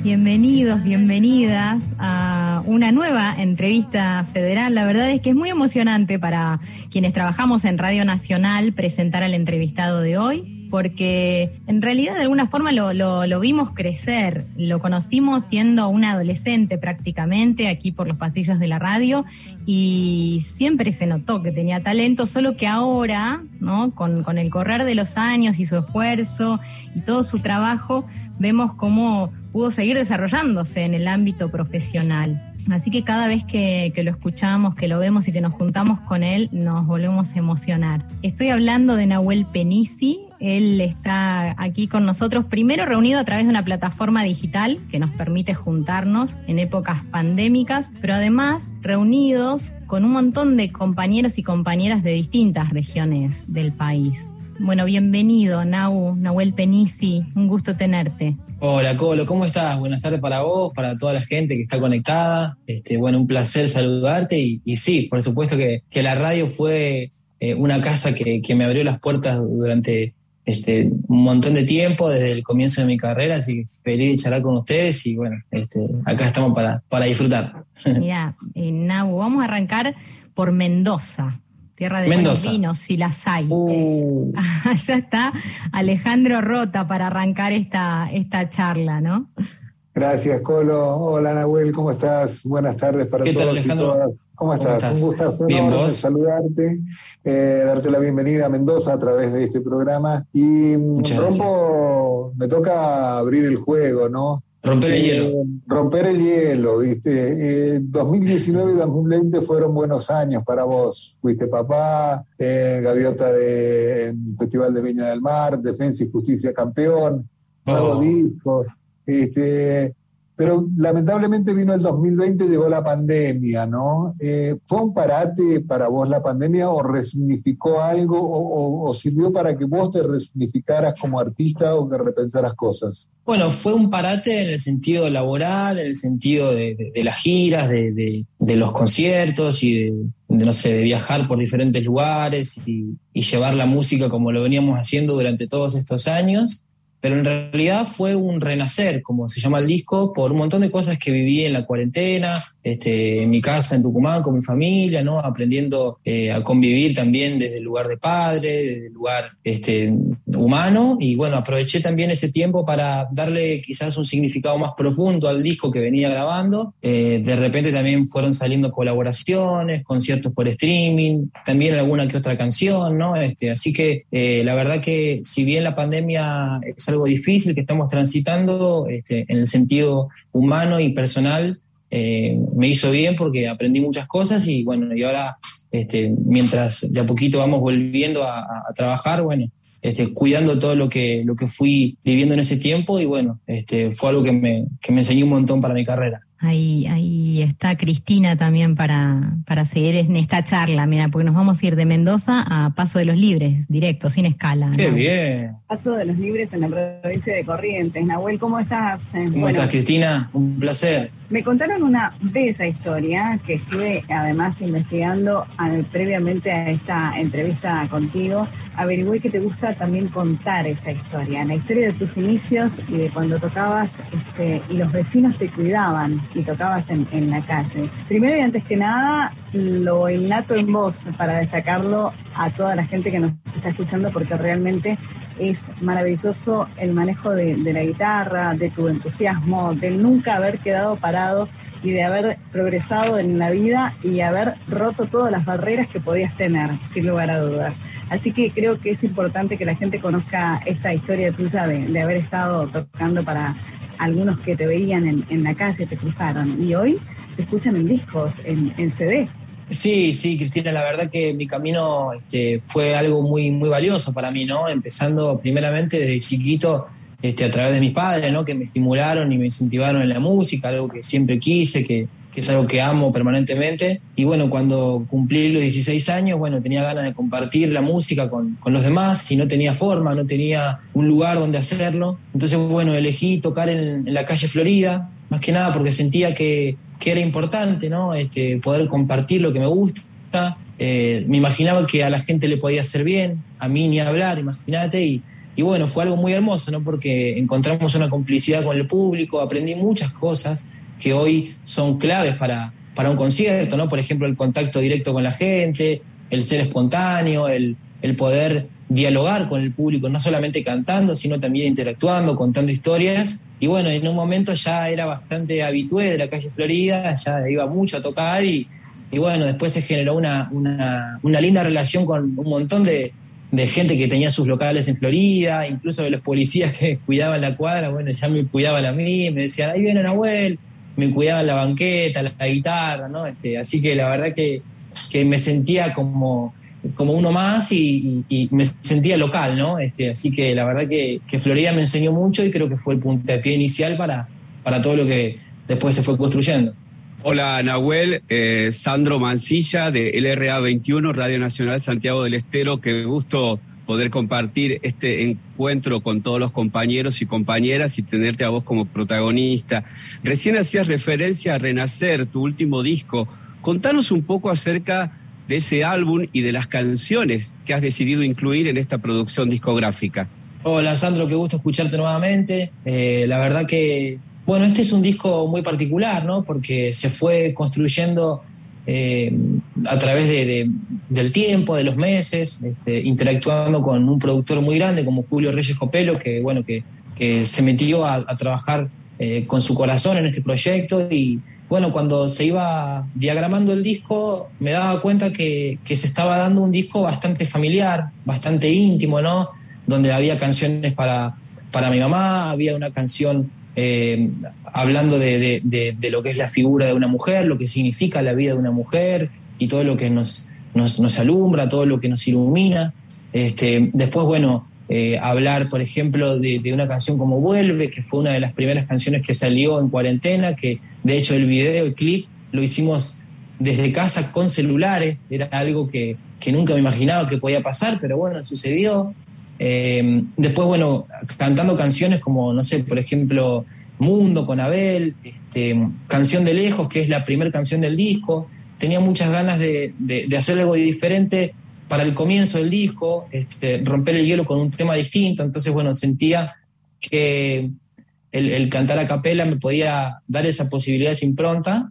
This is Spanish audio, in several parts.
Bienvenidos, bienvenidas a una nueva entrevista federal. La verdad es que es muy emocionante para quienes trabajamos en Radio Nacional presentar al entrevistado de hoy, porque en realidad de alguna forma lo vimos crecer, lo conocimos siendo un adolescente prácticamente aquí por los pasillos de la radio y siempre se notó que tenía talento, solo que ahora, ¿no? Con el correr de los años y su esfuerzo y todo su trabajo, vemos cómo pudo seguir desarrollándose en el ámbito profesional. Así que cada vez que lo escuchamos, que lo vemos y que nos juntamos con él, nos volvemos a emocionar. Estoy hablando de Nahuel Penisi. Él está aquí con nosotros, primero reunido a través de una plataforma digital que nos permite juntarnos en épocas pandémicas, pero además reunidos con un montón de compañeros y compañeras de distintas regiones del país. Bueno, bienvenido, Nahuel Penisi, un gusto tenerte. Hola, Colo, ¿cómo estás? Buenas tardes para vos, para toda la gente que está conectada. Bueno, un placer saludarte y sí, por supuesto que la radio fue una casa que me abrió las puertas durante un montón de tiempo, desde el comienzo de mi carrera, así que feliz de charlar con ustedes y bueno, acá estamos para disfrutar. Mira, Nahu, vamos a arrancar por Mendoza. Tierra de buenos vinos, si las hay. Allá está Alejandro Rota para arrancar esta charla, ¿no? Gracias, Colo. Hola, Nahuel, ¿cómo estás? Buenas tardes para todos Alejandro? Y todas. ¿Cómo estás? Un gustazo enorme saludarte, darte la bienvenida a Mendoza a través de este programa. Y me toca abrir el juego, ¿no? Romper el hielo. Romper el hielo, ¿viste? 2019 y 2020 fueron buenos años para vos. Fuiste papá, gaviota del Festival de Viña del Mar, Defensa y Justicia campeón, nuevo disco. Pero lamentablemente vino el 2020 y llegó la pandemia, ¿no? ¿Fue un parate para vos la pandemia o resignificó algo o sirvió para que vos te resignificaras como artista o que repensaras cosas? Bueno, fue un parate en el sentido laboral, en el sentido de las giras, de los conciertos y de viajar por diferentes lugares y llevar la música como lo veníamos haciendo durante todos estos años. Pero en realidad fue un renacer, como se llama el disco, por un montón de cosas que viví en la cuarentena, en mi casa en Tucumán con mi familia, ¿no? Aprendiendo a convivir también desde el lugar de padre, desde el lugar humano, y bueno, aproveché también ese tiempo para darle quizás un significado más profundo al disco que venía grabando. De repente también fueron saliendo colaboraciones, conciertos por streaming, también alguna que otra canción, ¿no? Así que la verdad que si bien la pandemia es algo difícil que estamos transitando, en el sentido humano y personal, me hizo bien porque aprendí muchas cosas y bueno, y ahora mientras de a poquito vamos volviendo a trabajar, bueno, cuidando todo lo que fui viviendo en ese tiempo y bueno, fue algo que me enseñó un montón para mi carrera. Ahí está Cristina también para seguir en esta charla, mira, porque nos vamos a ir de Mendoza a Paso de los Libres, directo, sin escala. ¡Qué ¿no? bien! Paso de los Libres en la provincia de Corrientes. Nahuel, ¿cómo estás? ¿Cómo estás, Cristina? Un placer. Me contaron una bella historia que estuve además investigando previamente a esta entrevista contigo. Averigüé que te gusta también contar esa historia, la historia de tus inicios y de cuando tocabas y los vecinos te cuidaban y tocabas en la calle. Primero y antes que nada, lo innato en vos para destacarlo a toda la gente que nos está escuchando porque realmente es maravilloso el manejo de la guitarra, de tu entusiasmo, del nunca haber quedado parado y de haber progresado en la vida y haber roto todas las barreras que podías tener, sin lugar a dudas. Así que creo que es importante que la gente conozca esta historia tuya de haber estado tocando para algunos que te veían en la calle, te cruzaron y hoy te escuchan en discos, en CD. Sí, Cristina, la verdad que mi camino fue algo muy, muy valioso para mí, ¿no? Empezando primeramente desde chiquito a través de mis padres, ¿no? Que me estimularon y me incentivaron en la música, algo que siempre quise, que es algo que amo permanentemente. Y bueno, cuando cumplí los 16 años, bueno, tenía ganas de compartir la música con los demás y no tenía forma, no tenía un lugar donde hacerlo. Entonces, bueno, elegí tocar en la calle Florida, más que nada porque sentía que era importante, ¿no? Poder compartir lo que me gusta. Me imaginaba que a la gente le podía hacer bien, a mí ni hablar, imagínate, Y bueno, fue algo muy hermoso, ¿no? Porque encontramos una complicidad con el público, aprendí muchas cosas que hoy son claves para un concierto, ¿no? Por ejemplo, el contacto directo con la gente, el ser espontáneo, el poder dialogar con el público, no solamente cantando, sino también interactuando, contando historias. Y bueno, en un momento ya era bastante habitué de la calle Florida, ya iba mucho a tocar y bueno, después se generó una linda relación con un montón de gente que tenía sus locales en Florida, incluso de los policías que cuidaban la cuadra, bueno, ya me cuidaban a mí, me decían, ahí viene Nahuel, me cuidaban la banqueta, la guitarra, ¿no? Así que la verdad que me sentía como uno más y me sentía local, ¿no? Así que la verdad que Florida me enseñó mucho y creo que fue el puntapié inicial para todo lo que después se fue construyendo. Hola Nahuel, Sandro Mancilla de LRA 21, Radio Nacional Santiago del Estero. Qué gusto poder compartir este encuentro con todos los compañeros y compañeras y tenerte a vos como protagonista. Recién hacías referencia a Renacer, tu último disco. Contanos un poco acerca de ese álbum y de las canciones que has decidido incluir en esta producción discográfica. Hola Sandro, qué gusto escucharte nuevamente. La verdad que, bueno, este es un disco muy particular, ¿no? Porque se fue construyendo a través del tiempo, de los meses, interactuando con un productor muy grande como Julio Reyes Copelo, que bueno, que se metió a trabajar con su corazón en este proyecto. Y bueno, cuando se iba diagramando el disco, me daba cuenta que se estaba dando un disco bastante familiar, bastante íntimo, ¿no? Donde había canciones para mi mamá, había una canción hablando de lo que es la figura de una mujer, lo que significa la vida de una mujer y todo lo que nos alumbra, todo lo que nos ilumina. Después, bueno, hablar, por ejemplo, de una canción como Vuelve, que fue una de las primeras canciones que salió en cuarentena, que de hecho el video, el clip, lo hicimos desde casa con celulares. Era algo que nunca me imaginaba que podía pasar, pero bueno, sucedió. Después, bueno, cantando canciones como, no sé, por ejemplo, Mundo con Abel, Canción de Lejos, que es la primera canción del disco. Tenía muchas ganas de hacer algo diferente para el comienzo del disco, romper el hielo con un tema distinto. Entonces, bueno, sentía que el cantar a capela me podía dar esa posibilidad, esa impronta.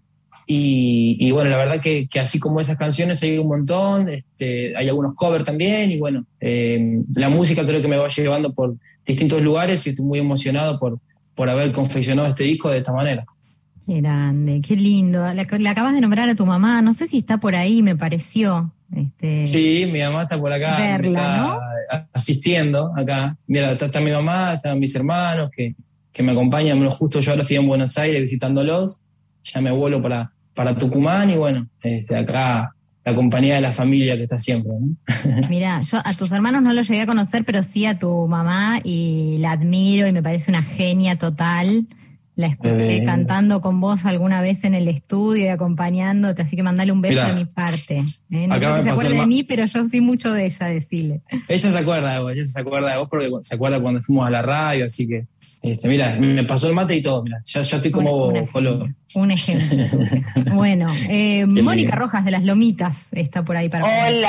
Y bueno, la verdad que así como esas canciones hay un montón, hay algunos covers también, y bueno, la música creo que me va llevando por distintos lugares y estoy muy emocionado por haber confeccionado este disco de esta manera. Qué grande, qué lindo. Le acabas de nombrar a tu mamá, no sé si está por ahí, me pareció. Sí, mi mamá está por acá, verla, me está, ¿no? asistiendo acá. Mira, está mi mamá, están mis hermanos que me acompañan. Bueno, justo yo ahora estoy en Buenos Aires visitándolos. Ya me vuelo para Tucumán y bueno, acá la compañía de la familia que está siempre, ¿no? Mira, yo a tus hermanos no los llegué a conocer, pero sí a tu mamá y la admiro y me parece una genia total. La escuché cantando con vos alguna vez en el estudio y acompañándote, así que mandale un beso de mi parte. No creo que se acuerde de mí, pero yo sí mucho de ella, decile. Ella se acuerda de vos porque se acuerda cuando fuimos a la radio, así que mira, me pasó el mate y todo, mira, ya estoy como vos, Colo. Un ejemplo. Bueno, Mónica Rojas de Las Lomitas está por ahí para...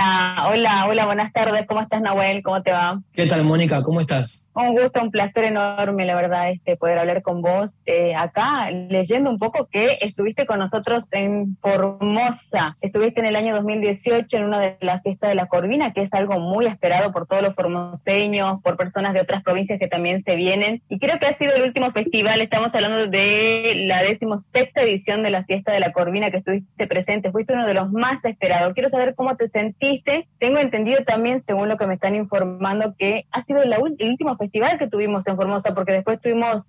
Hola, buenas tardes, ¿cómo estás, Nahuel? ¿Cómo te va? ¿Qué tal, Mónica? ¿Cómo estás? Un gusto, un placer enorme, la verdad, poder hablar con vos. Acá, leyendo un poco que estuviste con nosotros en Formosa, estuviste en el año 2018 en una de las fiestas de la Corvina, que es algo muy esperado por todos los formoseños, por personas de otras provincias que también se vienen, y creo que ha sido el último festival, estamos hablando de la 16ª edición de la fiesta de la Corvina que estuviste presente, fuiste uno de los más esperados. Quiero saber cómo te sentiste. Tengo entendido también, según lo que me están informando, que ha sido el último festival que tuvimos en Formosa, porque después tuvimos,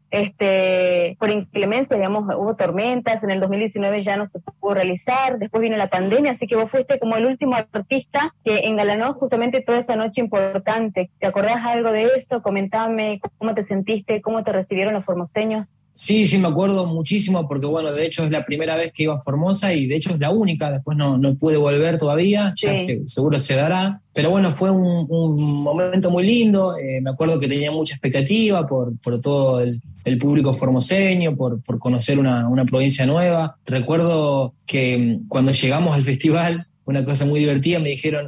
por inclemencia, digamos, hubo tormentas, en el 2019 ya no se pudo realizar, después vino la pandemia, así que vos fuiste como el último artista que engalanó justamente toda esa noche importante. ¿Te acordás algo de eso? Comentame cómo te sentiste, cómo te recibieron los formoseños. Sí, me acuerdo muchísimo porque, bueno, de hecho es la primera vez que iba a Formosa y de hecho es la única, después no pude volver todavía, ya seguro se dará, pero bueno, fue un momento muy lindo, me acuerdo que tenía mucha expectativa por todo el público formoseño, por conocer una provincia nueva. Recuerdo que cuando llegamos al festival una cosa muy divertida, me dijeron,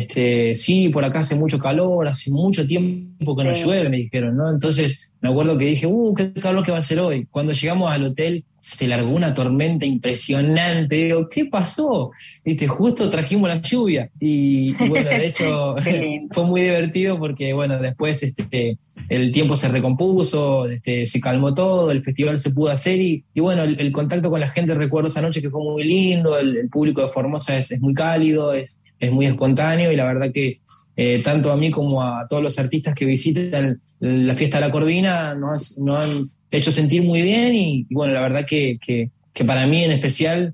sí, por acá hace mucho calor, hace mucho tiempo que no llueve, me dijeron, ¿no? Entonces me acuerdo que dije, qué calor que va a ser hoy. Cuando llegamos al hotel se largó una tormenta impresionante, digo, ¿qué pasó? ¿Viste? Justo trajimos la lluvia y bueno, de hecho fue muy divertido porque bueno, después el tiempo se recompuso, se calmó todo, el festival se pudo hacer y bueno, el contacto con la gente, recuerdo esa noche que fue muy lindo, el público de Formosa es muy cálido, es muy espontáneo y la verdad que tanto a mí como a todos los artistas que visitan la fiesta de la Corvina nos han hecho sentir muy bien y bueno, la verdad que para mí en especial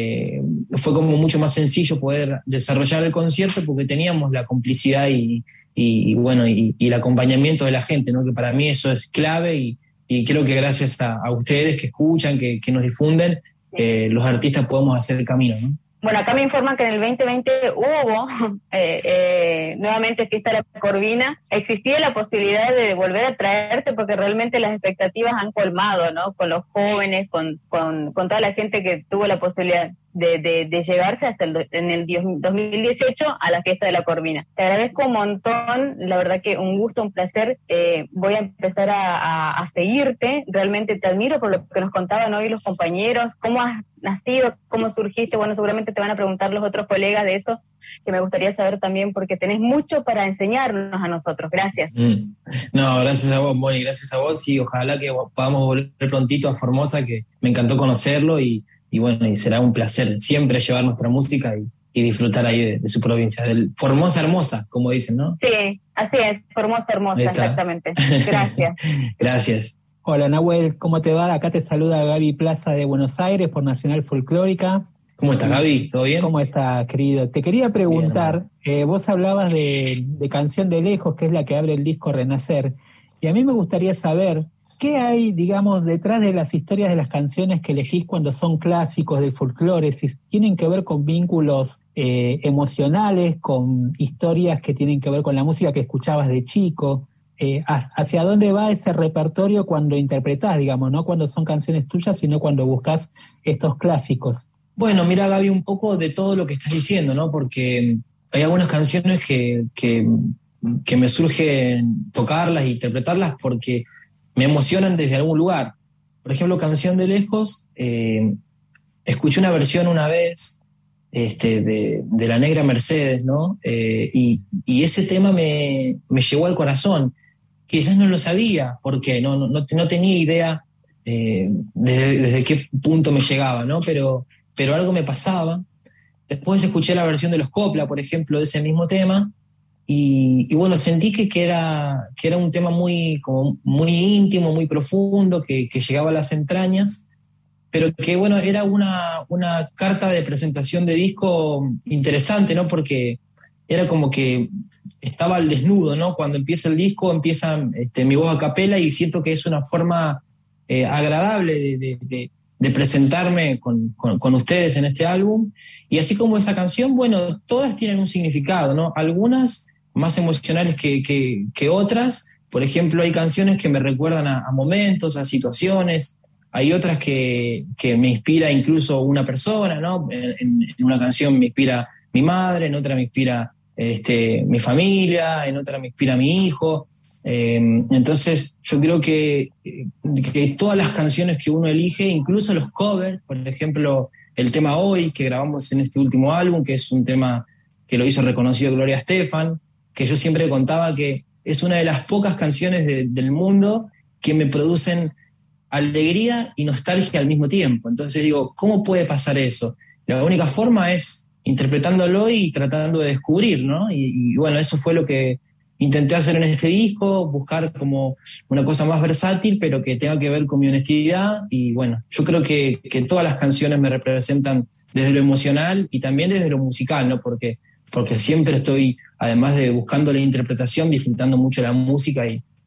fue como mucho más sencillo poder desarrollar el concierto porque teníamos la complicidad y bueno, y el acompañamiento de la gente, ¿no? Que para mí eso es clave y creo que gracias a ustedes que escuchan, que nos difunden, los artistas podemos hacer el camino, ¿no? Bueno, acá me informan que en el 2020 hubo nuevamente fiesta de la Corvina. Existía la posibilidad de volver a traerte porque realmente las expectativas han colmado, ¿no? Con los jóvenes, con toda la gente que tuvo la posibilidad de llegarse hasta en el 2018 a la fiesta de la Corvina. Te agradezco un montón, la verdad que un gusto, un placer. Voy a empezar a seguirte, realmente te admiro por lo que nos contaban hoy los compañeros, cómo has nacido, cómo surgiste. Bueno, seguramente te van a preguntar los otros colegas de eso, que me gustaría saber también, porque tenés mucho para enseñarnos a nosotros. Gracias. No, gracias a vos, Moni, gracias a vos, y ojalá que podamos volver prontito a Formosa, que me encantó conocerlo, y bueno, y será un placer siempre llevar nuestra música y disfrutar ahí de su provincia, del Formosa hermosa, como dicen, ¿no? Sí, así es, Formosa hermosa, exactamente. Gracias. Gracias. Hola Nahuel, ¿cómo te va? Acá te saluda Gaby Plaza de Buenos Aires por Nacional Folclórica. ¿Cómo estás, Gaby? ¿Todo bien? ¿Cómo estás, querido? Te quería preguntar, vos hablabas de Canción de Lejos, que es la que abre el disco Renacer, y a mí me gustaría saber qué hay, digamos, detrás de las historias de las canciones que elegís cuando son clásicos del folclore, si tienen que ver con vínculos emocionales, con historias que tienen que ver con la música que escuchabas de chico. ¿Hacia dónde va ese repertorio cuando interpretás, digamos, no cuando son canciones tuyas, sino cuando buscas estos clásicos? Bueno, mira, Gaby, un poco de todo lo que estás diciendo, ¿no? Porque hay algunas canciones que me surge tocarlas e interpretarlas porque me emocionan desde algún lugar. Por ejemplo, Canción de Lejos, escuché una versión una vez de La Negra Mercedes, ¿no? Y ese tema me llegó al corazón. Quizás no lo sabía, porque no tenía idea desde qué punto me llegaba, ¿no? Pero algo me pasaba. Después escuché la versión de Los Copla, por ejemplo, de ese mismo tema, y bueno, sentí que era un tema muy íntimo, muy profundo, que llegaba a las entrañas, pero que bueno, era una carta de presentación de disco interesante, ¿no? Porque era como que estaba al desnudo, ¿no? Cuando empieza el disco, empieza mi voz a capela y siento que es una forma agradable de presentarme con ustedes en este álbum. Y así como esa canción, bueno, todas tienen un significado, ¿no? Algunas más emocionales que otras. Por ejemplo, hay canciones que me recuerdan a momentos, a situaciones. Hay otras que me inspira incluso una persona, ¿no? En una canción me inspira mi madre, en otra me inspira mi familia, en otra me inspira mi hijo. Entonces yo creo que todas las canciones que uno elige, incluso los covers, por ejemplo el tema Hoy que grabamos en este último álbum, que es un tema que lo hizo reconocido Gloria Estefan, que yo siempre contaba que es una de las pocas canciones del mundo que me producen alegría y nostalgia al mismo tiempo. Entonces digo, ¿cómo puede pasar eso? La única forma es interpretándolo y tratando de descubrir, ¿no? Y bueno, eso fue lo que intenté hacer en este disco, buscar como una cosa más versátil, pero que tenga que ver con mi honestidad. Y bueno, yo creo que todas las canciones me representan desde lo emocional y también desde lo musical, ¿no? Porque siempre estoy, además de buscando la interpretación, disfrutando mucho la música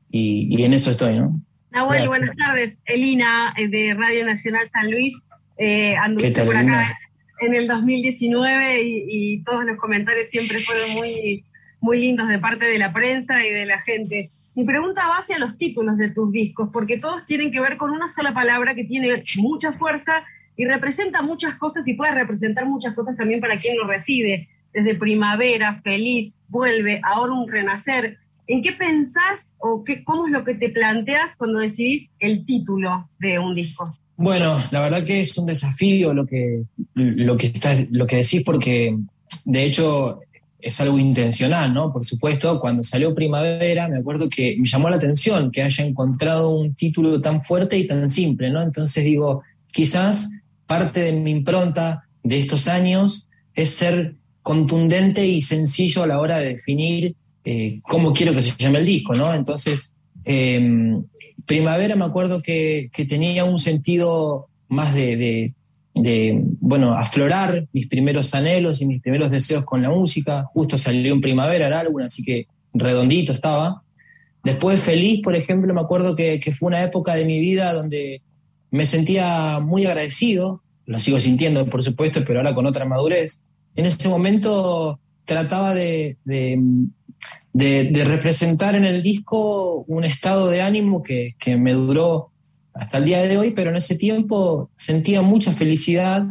y en eso estoy, ¿no? Nahuel, buenas tardes. Elina, de Radio Nacional San Luis. Anduviste por acá Elina? En el 2019 y todos los comentarios siempre fueron muy, muy lindos de parte de la prensa y de la gente. Mi pregunta va hacia los títulos de tus discos, porque todos tienen que ver con una sola palabra que tiene mucha fuerza y representa muchas cosas y puede representar muchas cosas también para quien lo recibe, desde primavera, feliz, vuelve, ahora un renacer. ¿En qué pensás o cómo es lo que te planteas cuando decidís el título de un disco? Bueno, la verdad que es un desafío lo que decís, porque de hecho es algo intencional, ¿no? Por supuesto, cuando salió Primavera, me acuerdo que me llamó la atención que haya encontrado un título tan fuerte y tan simple, ¿no? Entonces digo, quizás parte de mi impronta de estos años es ser contundente y sencillo a la hora de definir cómo quiero que se llame el disco, ¿no? Entonces, Primavera me acuerdo que tenía un sentido más de aflorar mis primeros anhelos y mis primeros deseos con la música. Justo salió en Primavera el álbum, así que redondito estaba. Después Feliz, por ejemplo, me acuerdo que fue una época de mi vida donde me sentía muy agradecido, lo sigo sintiendo, por supuesto, pero ahora con otra madurez. En ese momento trataba de representar en el disco un estado de ánimo que me duró hasta el día de hoy, pero en ese tiempo sentía mucha felicidad,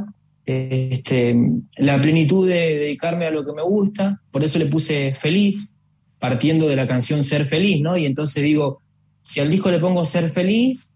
la plenitud de dedicarme a lo que me gusta, por eso le puse Feliz, partiendo de la canción Ser Feliz, ¿no? Y entonces digo, si al disco le pongo Ser Feliz,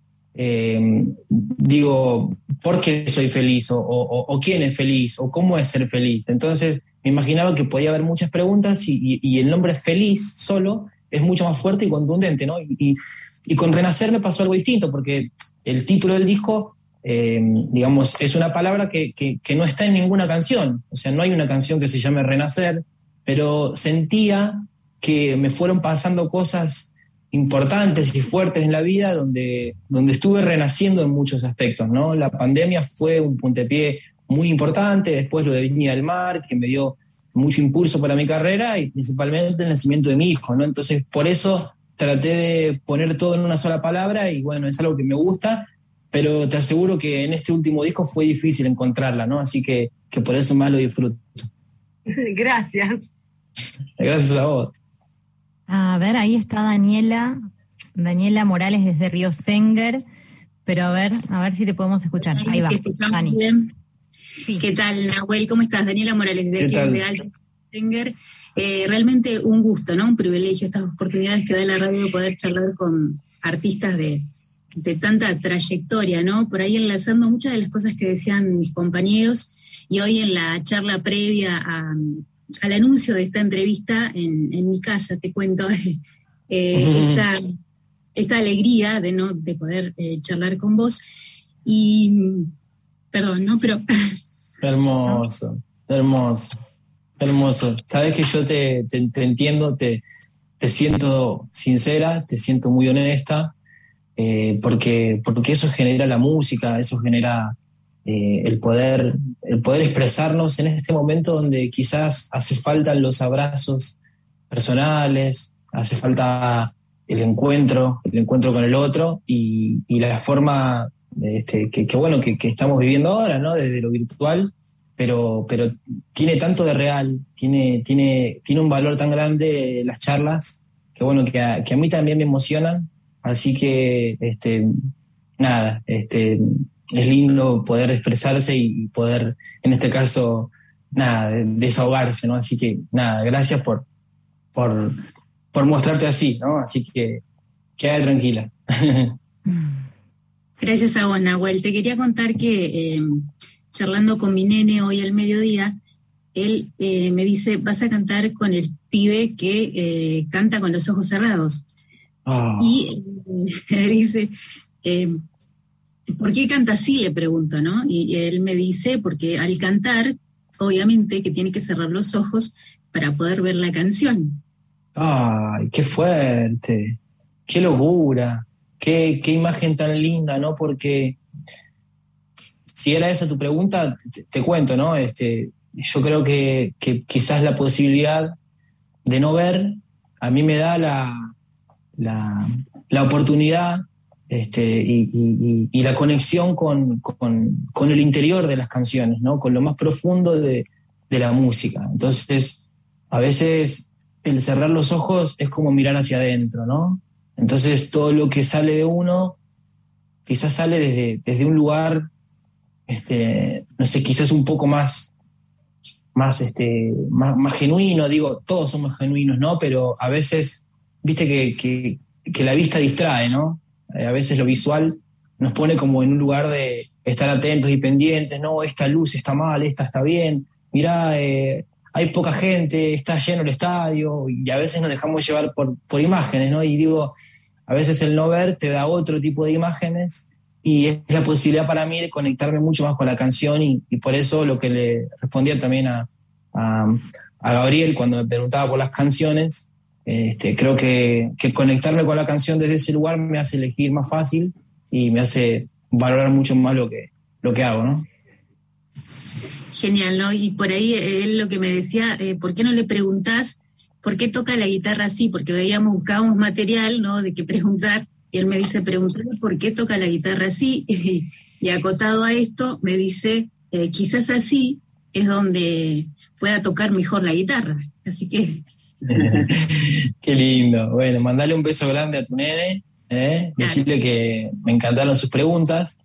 digo, ¿por qué soy feliz? O ¿quién es feliz? ¿O cómo es ser feliz? Entonces me imaginaba que podía haber muchas preguntas y el nombre Feliz solo es mucho más fuerte y contundente, ¿no? Y con Renacer me pasó algo distinto, porque el título del disco, digamos, es una palabra que no está en ninguna canción. O sea, no hay una canción que se llame Renacer, pero sentía que me fueron pasando cosas importantes y fuertes en la vida donde estuve renaciendo en muchos aspectos, ¿no? La pandemia fue un puntapié muy importante, después lo de Viña del Mar, que me dio mucho impulso para mi carrera y principalmente el nacimiento de mi hijo, ¿no? Entonces, por eso traté de poner todo en una sola palabra y bueno, es algo que me gusta, pero te aseguro que en este último disco fue difícil encontrarla, ¿no? Así que por eso más lo disfruto. Gracias. Gracias a vos. A ver, ahí está Daniela Morales desde Río Senguer, pero a ver si te podemos escuchar. Ahí va, Dani. Sí. ¿Qué tal, Nahuel? ¿Cómo estás? Daniela Morales desde aquí, desde Alto Senguer. Realmente un gusto, ¿no? Un privilegio estas oportunidades que da la radio de poder charlar con artistas de tanta trayectoria, ¿no? Por ahí enlazando muchas de las cosas que decían mis compañeros, y hoy en la charla previa al anuncio de esta entrevista en mi casa, te cuento, esta alegría de poder charlar con vos. Y, perdón, ¿no? Pero... Hermoso. Sabes que yo te entiendo, te siento sincera, te siento muy honesta, porque eso genera la música, eso genera el poder expresarnos en este momento donde quizás hace falta los abrazos personales, hace falta el encuentro con el otro y la forma que estamos viviendo ahora, ¿no? Desde lo virtual, pero tiene tanto de real, tiene un valor tan grande las charlas que a mí también me emocionan, así que es lindo poder expresarse y poder, en este caso, desahogarse, ¿no? Así que, gracias por mostrarte así, ¿no? Así que quédate tranquila. Gracias a vos, Nahuel. Te quería contar que charlando con mi nene hoy al mediodía, él me dice, vas a cantar con el pibe que canta con los ojos cerrados. Oh. Y dice... ¿por qué canta así? Le pregunto, ¿no? Y él me dice, porque al cantar, obviamente que tiene que cerrar los ojos para poder ver la canción. ¡Ay, qué fuerte! ¡Qué locura! ¡Qué imagen tan linda!, ¿no? Porque si era esa tu pregunta, te cuento, ¿no? Yo creo que quizás la posibilidad de no ver a mí me da la oportunidad y la conexión con el interior de las canciones, ¿no? Con lo más profundo de la música. Entonces, a veces el cerrar los ojos es como mirar hacia adentro, ¿no? Entonces, todo lo que sale de uno quizás sale desde un lugar no sé, quizás un poco más genuino. Digo, todos somos genuinos, ¿no? Pero a veces, viste que la vista distrae, ¿no? A veces lo visual nos pone como en un lugar de estar atentos y pendientes, no, esta luz está mal, esta está bien, mirá, hay poca gente, está lleno el estadio, y a veces nos dejamos llevar por imágenes, ¿no? Y digo, a veces el no ver te da otro tipo de imágenes, y es la posibilidad para mí de conectarme mucho más con la canción, y por eso lo que le respondía también a Gabriel cuando me preguntaba por las canciones, creo que conectarme con la canción desde ese lugar me hace elegir más fácil y me hace valorar mucho más lo que hago, ¿no? Genial, ¿no? Y por ahí él lo que me decía, ¿por qué no le preguntás por qué toca la guitarra así? Porque buscábamos material, ¿no? De qué preguntar, y él me dice, preguntarle por qué toca la guitarra así, y acotado a esto me dice, quizás así es donde pueda tocar mejor la guitarra, así que... Qué lindo. Bueno, mandale un beso grande a tu nene, decirle que me encantaron sus preguntas,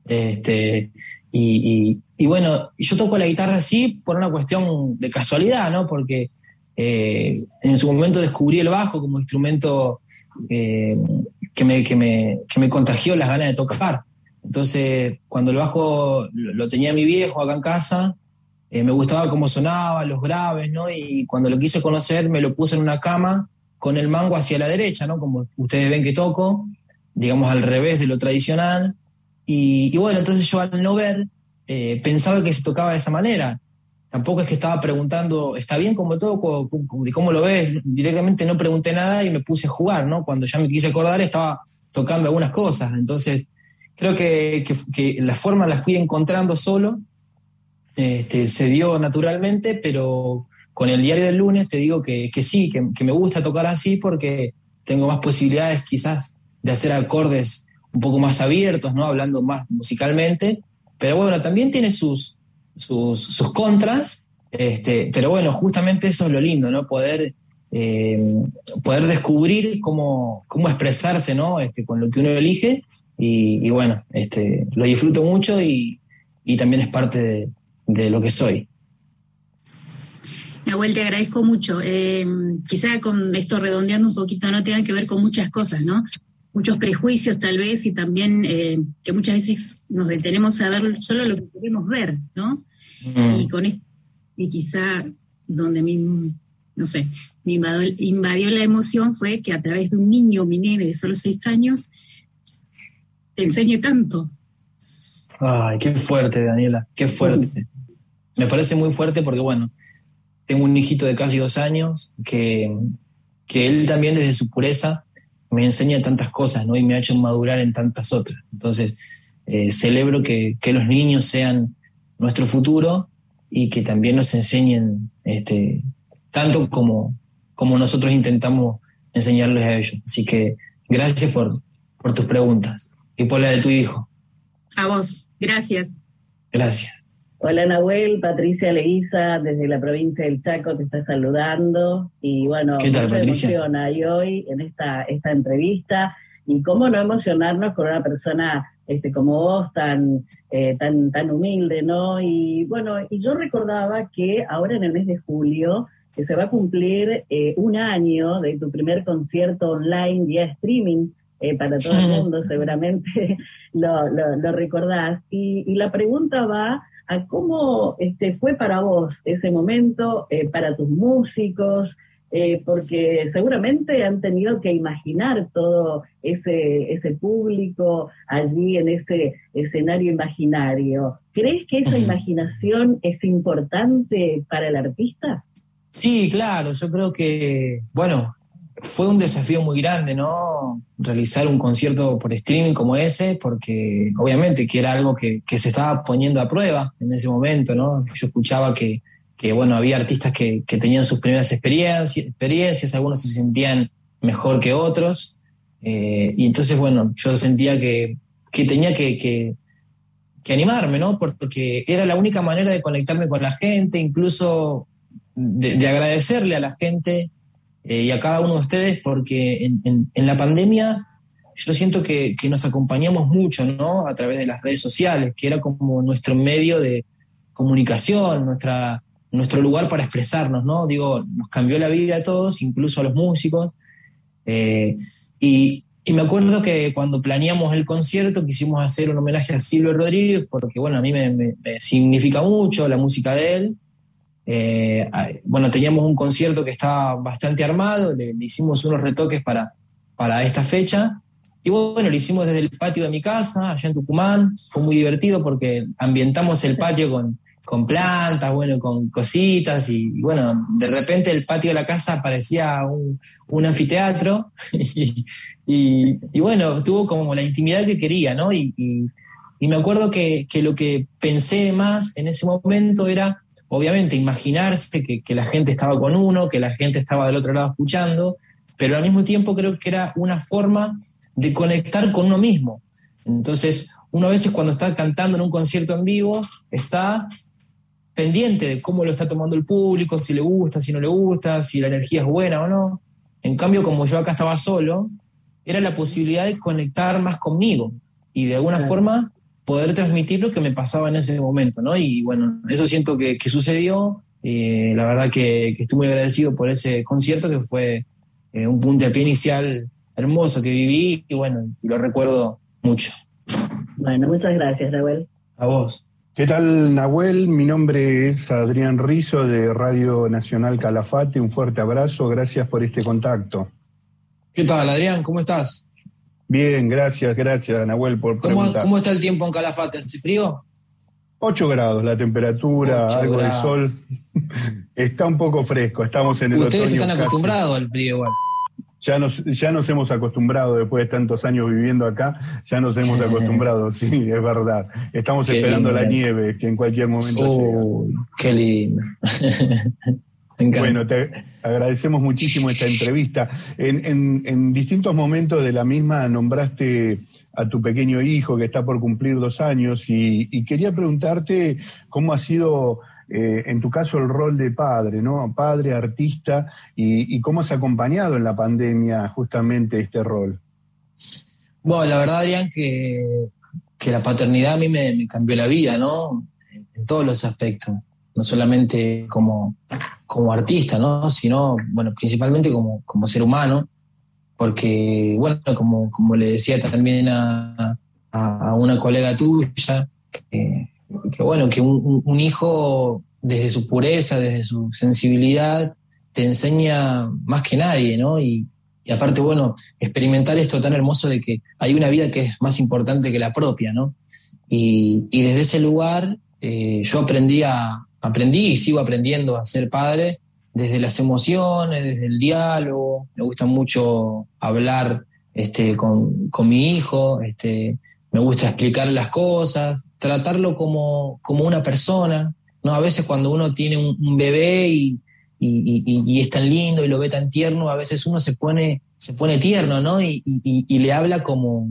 y bueno, yo toco la guitarra así por una cuestión de casualidad, ¿no? Porque en su momento descubrí el bajo como instrumento que me contagió las ganas de tocar. Entonces, cuando el bajo lo tenía mi viejo acá en casa, me gustaba cómo sonaba, los graves, ¿no? Y cuando lo quise conocer, me lo puse en una cama con el mango hacia la derecha, ¿no? Como ustedes ven que toco, digamos al revés de lo tradicional. Y bueno, entonces yo al no ver, pensaba que se tocaba de esa manera. Tampoco es que estaba preguntando, ¿está bien cómo toco? ¿Cómo lo ves? Directamente no pregunté nada y me puse a jugar, ¿no? Cuando ya me quise acordar, estaba tocando algunas cosas. Entonces, creo que la forma la fui encontrando solo. Se dio naturalmente, pero con el diario del lunes te digo que sí, que me gusta tocar así porque tengo más posibilidades quizás de hacer acordes un poco más abiertos, ¿no? Hablando más musicalmente, pero bueno, también tiene sus contras, pero bueno, justamente eso es lo lindo, ¿no? Poder descubrir cómo expresarse, ¿no? Con lo que uno elige, y bueno, lo disfruto mucho y también es parte de lo que soy. Nahuel, te agradezco mucho. Quizá con esto redondeando un poquito, no tenga que ver con muchas cosas, ¿no? Muchos prejuicios tal vez, y también que muchas veces nos detenemos a ver solo lo que queremos ver, ¿no? Y con esto, y quizá donde me invadió la emoción fue que a través de un niño, mi nene de solo 6 años, te enseñe tanto. Ay, qué fuerte, Daniela, qué fuerte. Me parece muy fuerte porque, bueno, tengo un hijito de casi 2 años que él también desde su pureza me enseña tantas cosas, ¿no? Y me ha hecho madurar en tantas otras. Entonces, celebro que los niños sean nuestro futuro y que también nos enseñen tanto como nosotros intentamos enseñarles a ellos. Así que gracias por tus preguntas y por la de tu hijo. A vos, gracias. Gracias. Hola Nahuel, Patricia Leguiza desde la provincia del Chaco te está saludando, y bueno, ¿qué tal, mucha Patricia? emoción hay hoy en esta entrevista, y cómo no emocionarnos con una persona como vos tan humilde, ¿no? Y bueno, y yo recordaba que ahora en el mes de julio que se va a cumplir 1 año de tu primer concierto online vía streaming, para todo el mundo seguramente lo recordás, y la pregunta va a cómo fue para vos ese momento, para tus músicos, porque seguramente han tenido que imaginar todo ese público allí en ese escenario imaginario. ¿Crees que esa imaginación es importante para el artista? Sí, claro, yo creo que, bueno, fue un desafío muy grande, ¿no? Realizar un concierto por streaming como ese, porque obviamente que era algo que se estaba poniendo a prueba en ese momento, ¿no? Yo escuchaba que bueno, había artistas que tenían sus primeras experiencias, algunos se sentían mejor que otros, y entonces, bueno, yo sentía que tenía que animarme, ¿no? Porque era la única manera de conectarme con la gente, incluso de agradecerle a la gente y a cada uno de ustedes, porque en la pandemia yo siento que nos acompañamos mucho, ¿no? A través de las redes sociales, que era como nuestro medio de comunicación, nuestro lugar para expresarnos, ¿no? Digo, nos cambió la vida a todos, incluso a los músicos. Y me acuerdo que cuando planeamos el concierto quisimos hacer un homenaje a Silvio Rodríguez, porque, bueno, a mí me significa mucho la música de él. Bueno, teníamos un concierto que estaba bastante armado, le hicimos unos retoques para esta fecha. Y bueno, lo hicimos desde el patio de mi casa, allá en Tucumán. Fue muy divertido porque ambientamos el patio con plantas, bueno, con cositas, y bueno, de repente el patio de la casa parecía un anfiteatro, y bueno, tuvo como la intimidad que quería, ¿no? Y me acuerdo que lo que pensé más en ese momento era, obviamente, imaginarse que la gente estaba con uno, que la gente estaba del otro lado escuchando, pero al mismo tiempo creo que era una forma de conectar con uno mismo. Entonces, uno a veces cuando está cantando en un concierto en vivo, está pendiente de cómo lo está tomando el público, si le gusta, si no le gusta, si la energía es buena o no. En cambio, como yo acá estaba solo, era la posibilidad de conectar más conmigo y de alguna forma poder transmitir lo que me pasaba en ese momento, ¿no? Y bueno, eso siento que sucedió. La verdad que estoy muy agradecido por ese concierto, que fue un puntapié inicial hermoso que viví, y bueno, lo recuerdo mucho. Bueno, muchas gracias, Nahuel. A vos. ¿Qué tal, Nahuel? Mi nombre es Adrián Rizzo, de Radio Nacional Calafate. Un fuerte abrazo, gracias por este contacto. ¿Qué tal, Adrián? ¿Cómo estás? Bien, gracias, Nahuel, por preguntar. ¿Cómo está el tiempo en Calafate? ¿Hace frío? 8 grados la temperatura, algo de sol. Está un poco fresco, estamos en el otoño. Ustedes están acostumbrados al frío igual. Ya nos hemos acostumbrado, después de tantos años viviendo acá, ya nos hemos acostumbrado, sí, es verdad. Estamos esperando la nieve, que en cualquier momento llega. Qué lindo. Bueno, te agradecemos muchísimo esta entrevista. En distintos momentos de la misma nombraste a tu pequeño hijo, que está por cumplir 2 años, y quería preguntarte cómo ha sido, en tu caso, el rol de padre, ¿no? Padre, artista, y cómo has acompañado en la pandemia justamente este rol. Bueno, la verdad, Adrián, que la paternidad a mí me cambió la vida, ¿no? En todos los aspectos, no solamente como artista, ¿no? Sino, bueno, principalmente como ser humano, porque, bueno, como le decía también a una colega tuya, que bueno, que un hijo desde su pureza, desde su sensibilidad, te enseña más que nadie, ¿no? Y aparte, bueno, experimentar esto tan hermoso de que hay una vida que es más importante que la propia, ¿no? Y desde ese lugar yo aprendí y sigo aprendiendo a ser padre desde las emociones, desde el diálogo. Me gusta mucho hablar con mi hijo, me gusta explicar las cosas, tratarlo como una persona, ¿no? A veces cuando uno tiene un bebé y es tan lindo y lo ve tan tierno, a veces uno se pone tierno, ¿no? Y le habla como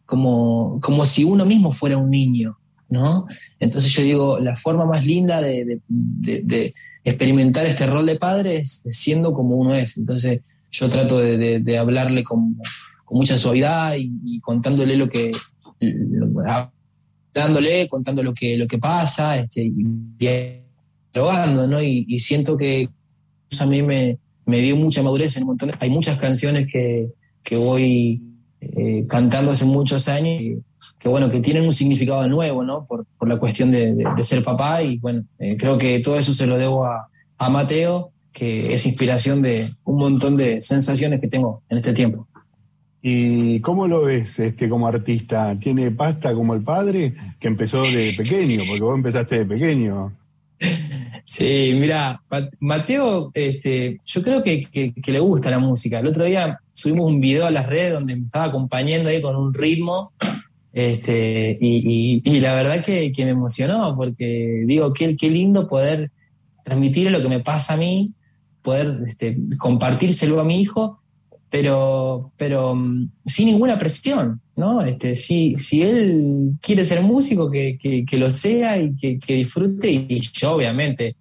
si uno mismo fuera un niño, ¿no? Entonces yo digo, la forma más linda de experimentar este rol de padre es siendo como uno es. Entonces yo trato de hablarle con mucha suavidad y contándole contando lo que pasa, dialogando, ¿no? Y siento que eso a mí me dio mucha madurez en un montón. Hay muchas canciones que voy cantando hace muchos años que bueno, que tienen un significado nuevo, ¿no? Por la cuestión de ser papá, y bueno, creo que todo eso se lo debo a Mateo, que es inspiración de un montón de sensaciones que tengo en este tiempo. ¿Y cómo lo ves como artista? ¿Tiene pasta como el padre, que empezó de pequeño? Porque vos empezaste de pequeño. Sí, mira, Mateo, yo creo que le gusta la música. El otro día subimos un video a las redes donde me estaba acompañando ahí con un ritmo, y la verdad que me emocionó, porque digo, qué lindo poder transmitir lo que me pasa a mí, poder compartírselo a mi hijo, pero sin ninguna presión, ¿no? Si él quiere ser músico, que lo sea y que disfrute, y yo obviamente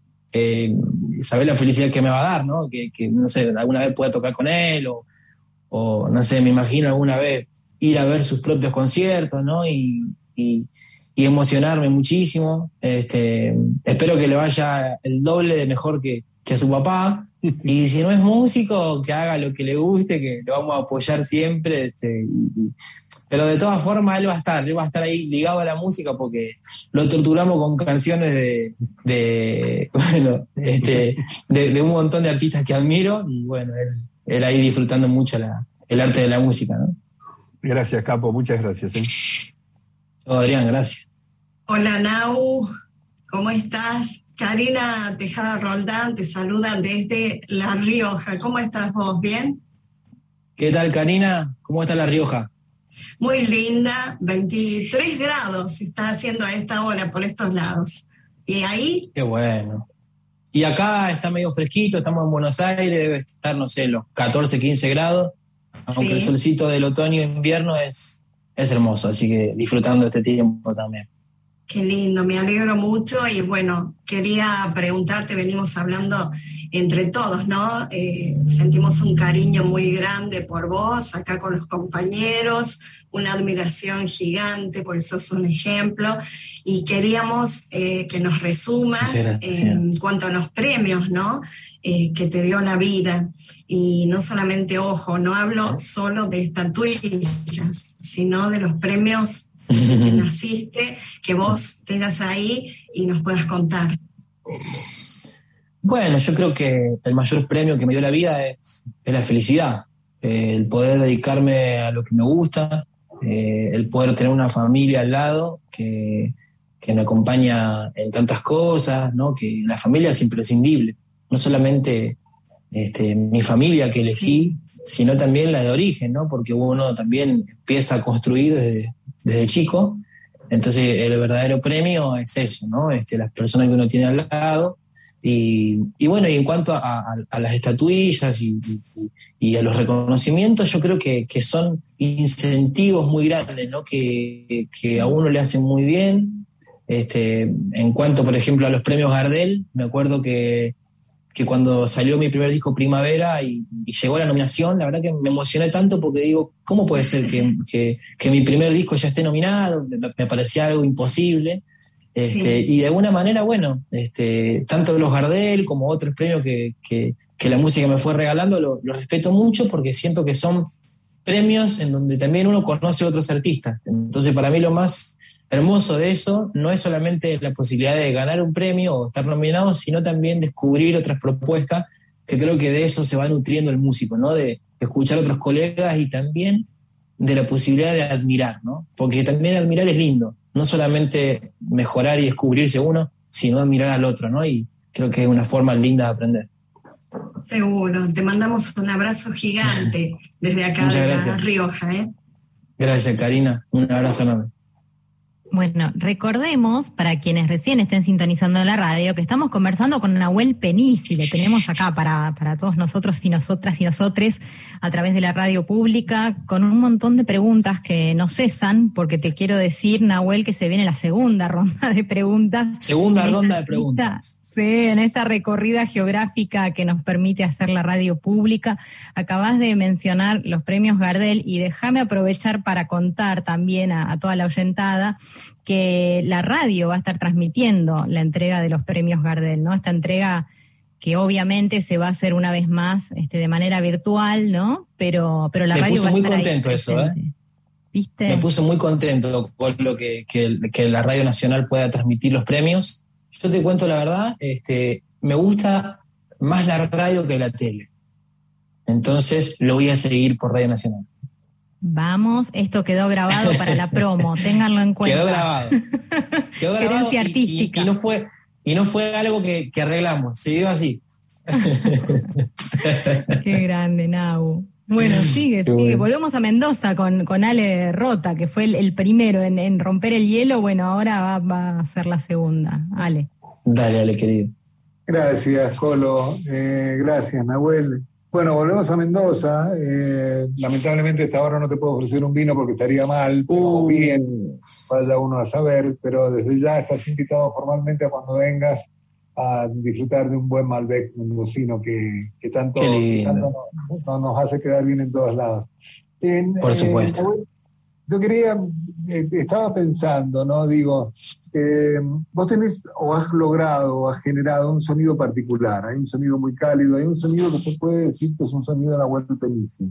saber la felicidad que me va a dar, ¿no? Que no sé, alguna vez pueda tocar con él o no sé, me imagino alguna vez ir a ver sus propios conciertos, ¿no? Y emocionarme muchísimo. Espero que le vaya el doble de mejor que a su papá. Y si no es músico, que haga lo que le guste, que lo vamos a apoyar siempre. Pero de todas formas él va a estar ahí ligado a la música, porque lo torturamos con canciones de un montón de artistas que admiro, y bueno, él ahí disfrutando mucho el arte de la música, ¿no? Gracias, Capo, muchas gracias. Adrián, gracias. Hola, Nau, ¿cómo estás? Karina Tejada Roldán te saluda desde La Rioja. ¿Cómo estás vos? ¿Bien? ¿Qué tal, Karina? ¿Cómo está La Rioja? Muy linda, 23 grados se está haciendo a esta hora por estos lados. ¿Y ahí? Qué bueno. Y acá está medio fresquito, estamos en Buenos Aires, debe estar, no sé, los 14, 15 grados, aunque sí. El solcito del otoño e invierno es hermoso, así que disfrutando este tiempo también. Qué lindo, me alegro mucho y bueno, quería preguntarte, venimos hablando entre todos, ¿no? Sentimos un cariño muy grande por vos, acá con los compañeros, una admiración gigante, por eso sos un ejemplo, y queríamos que nos resumas en cuanto a los premios, ¿no? Que te dio la vida, y no solamente, ojo, no hablo solo de estatuillas, sino de los premios que naciste, que vos tengas ahí y nos puedas contar. Bueno, yo creo que el mayor premio que me dio la vida es la felicidad, el poder dedicarme a lo que me gusta, el poder tener una familia al lado que me acompaña en tantas cosas, ¿no? Que la familia es imprescindible, no solamente mi familia que elegí, sino también la de origen, ¿no? Porque uno también empieza a construir desde chico. Entonces el verdadero premio es eso, ¿no? Las personas que uno tiene al lado. Y bueno, y en cuanto a las estatuillas y a los reconocimientos, yo creo que son incentivos muy grandes, ¿no? Que a uno le hacen muy bien. En cuanto, por ejemplo, a los premios Gardel, me acuerdo que cuando salió mi primer disco Primavera y llegó la nominación, la verdad que me emocioné tanto, porque digo, ¿cómo puede ser que mi primer disco ya esté nominado? Me parecía algo imposible. Y de alguna manera, bueno, tanto los Gardel como otros premios que la música me fue regalando, los respeto mucho, porque siento que son premios en donde también uno conoce a otros artistas. Entonces, para mí lo más hermoso de eso no es solamente la posibilidad de ganar un premio o estar nominado, sino también descubrir otras propuestas, que creo que de eso se va nutriendo el músico, ¿no? De escuchar a otros colegas y también de la posibilidad de admirar, ¿no? Porque también admirar es lindo, no solamente mejorar y descubrirse uno, sino admirar al otro, ¿no? Y creo que es una forma linda de aprender. Seguro, te mandamos un abrazo gigante desde acá de La Rioja, ¿eh? Gracias, Karina, un abrazo enorme. Bueno, recordemos, para quienes recién estén sintonizando la radio, que estamos conversando con Nahuel Penisi, lo tenemos acá para todos nosotros y nosotras y nosotres a través de la radio pública, con un montón de preguntas que no cesan, porque te quiero decir, Nahuel, que se viene la segunda ronda de preguntas. Segunda ronda de preguntas. Sí, en esta recorrida geográfica que nos permite hacer la radio pública. Acabás de mencionar los premios Gardel y déjame aprovechar para contar también a toda la oyentada que la radio va a estar transmitiendo la entrega de los premios Gardel, ¿no? Esta entrega que obviamente se va a hacer una vez más de manera virtual, ¿no? Pero la radio va a estar muy contento eso, ¿Viste? Me puso muy contento con lo que la Radio Nacional pueda transmitir los premios. Yo te cuento la verdad, me gusta más la radio que la tele. Entonces lo voy a seguir por Radio Nacional. Vamos, esto quedó grabado para la promo, ténganlo en cuenta. Quedó grabado. Herencia artística. Y no fue algo que arreglamos, se dio así. Qué grande, Nau. Bueno, sigue. Volvemos a Mendoza con Ale Rota, que fue el primero en romper el hielo. Bueno, ahora va a ser la segunda. Ale. Dale, Ale, querido. Gracias, Colo. Gracias, Nahuel. Bueno, volvemos a Mendoza. Lamentablemente hasta ahora no te puedo ofrecer un vino porque estaría mal. Bien, vaya uno a saber, pero desde ya estás invitado formalmente a cuando vengas a disfrutar de un buen Malbec mendocino que tanto nos hace quedar bien en todos lados. Por supuesto. Yo estaba pensando, ¿no? Digo, vos tenés o has logrado o has generado un sonido particular. Hay un sonido muy cálido, hay un sonido que se puede decir que es un sonido de Nahuel Pellici.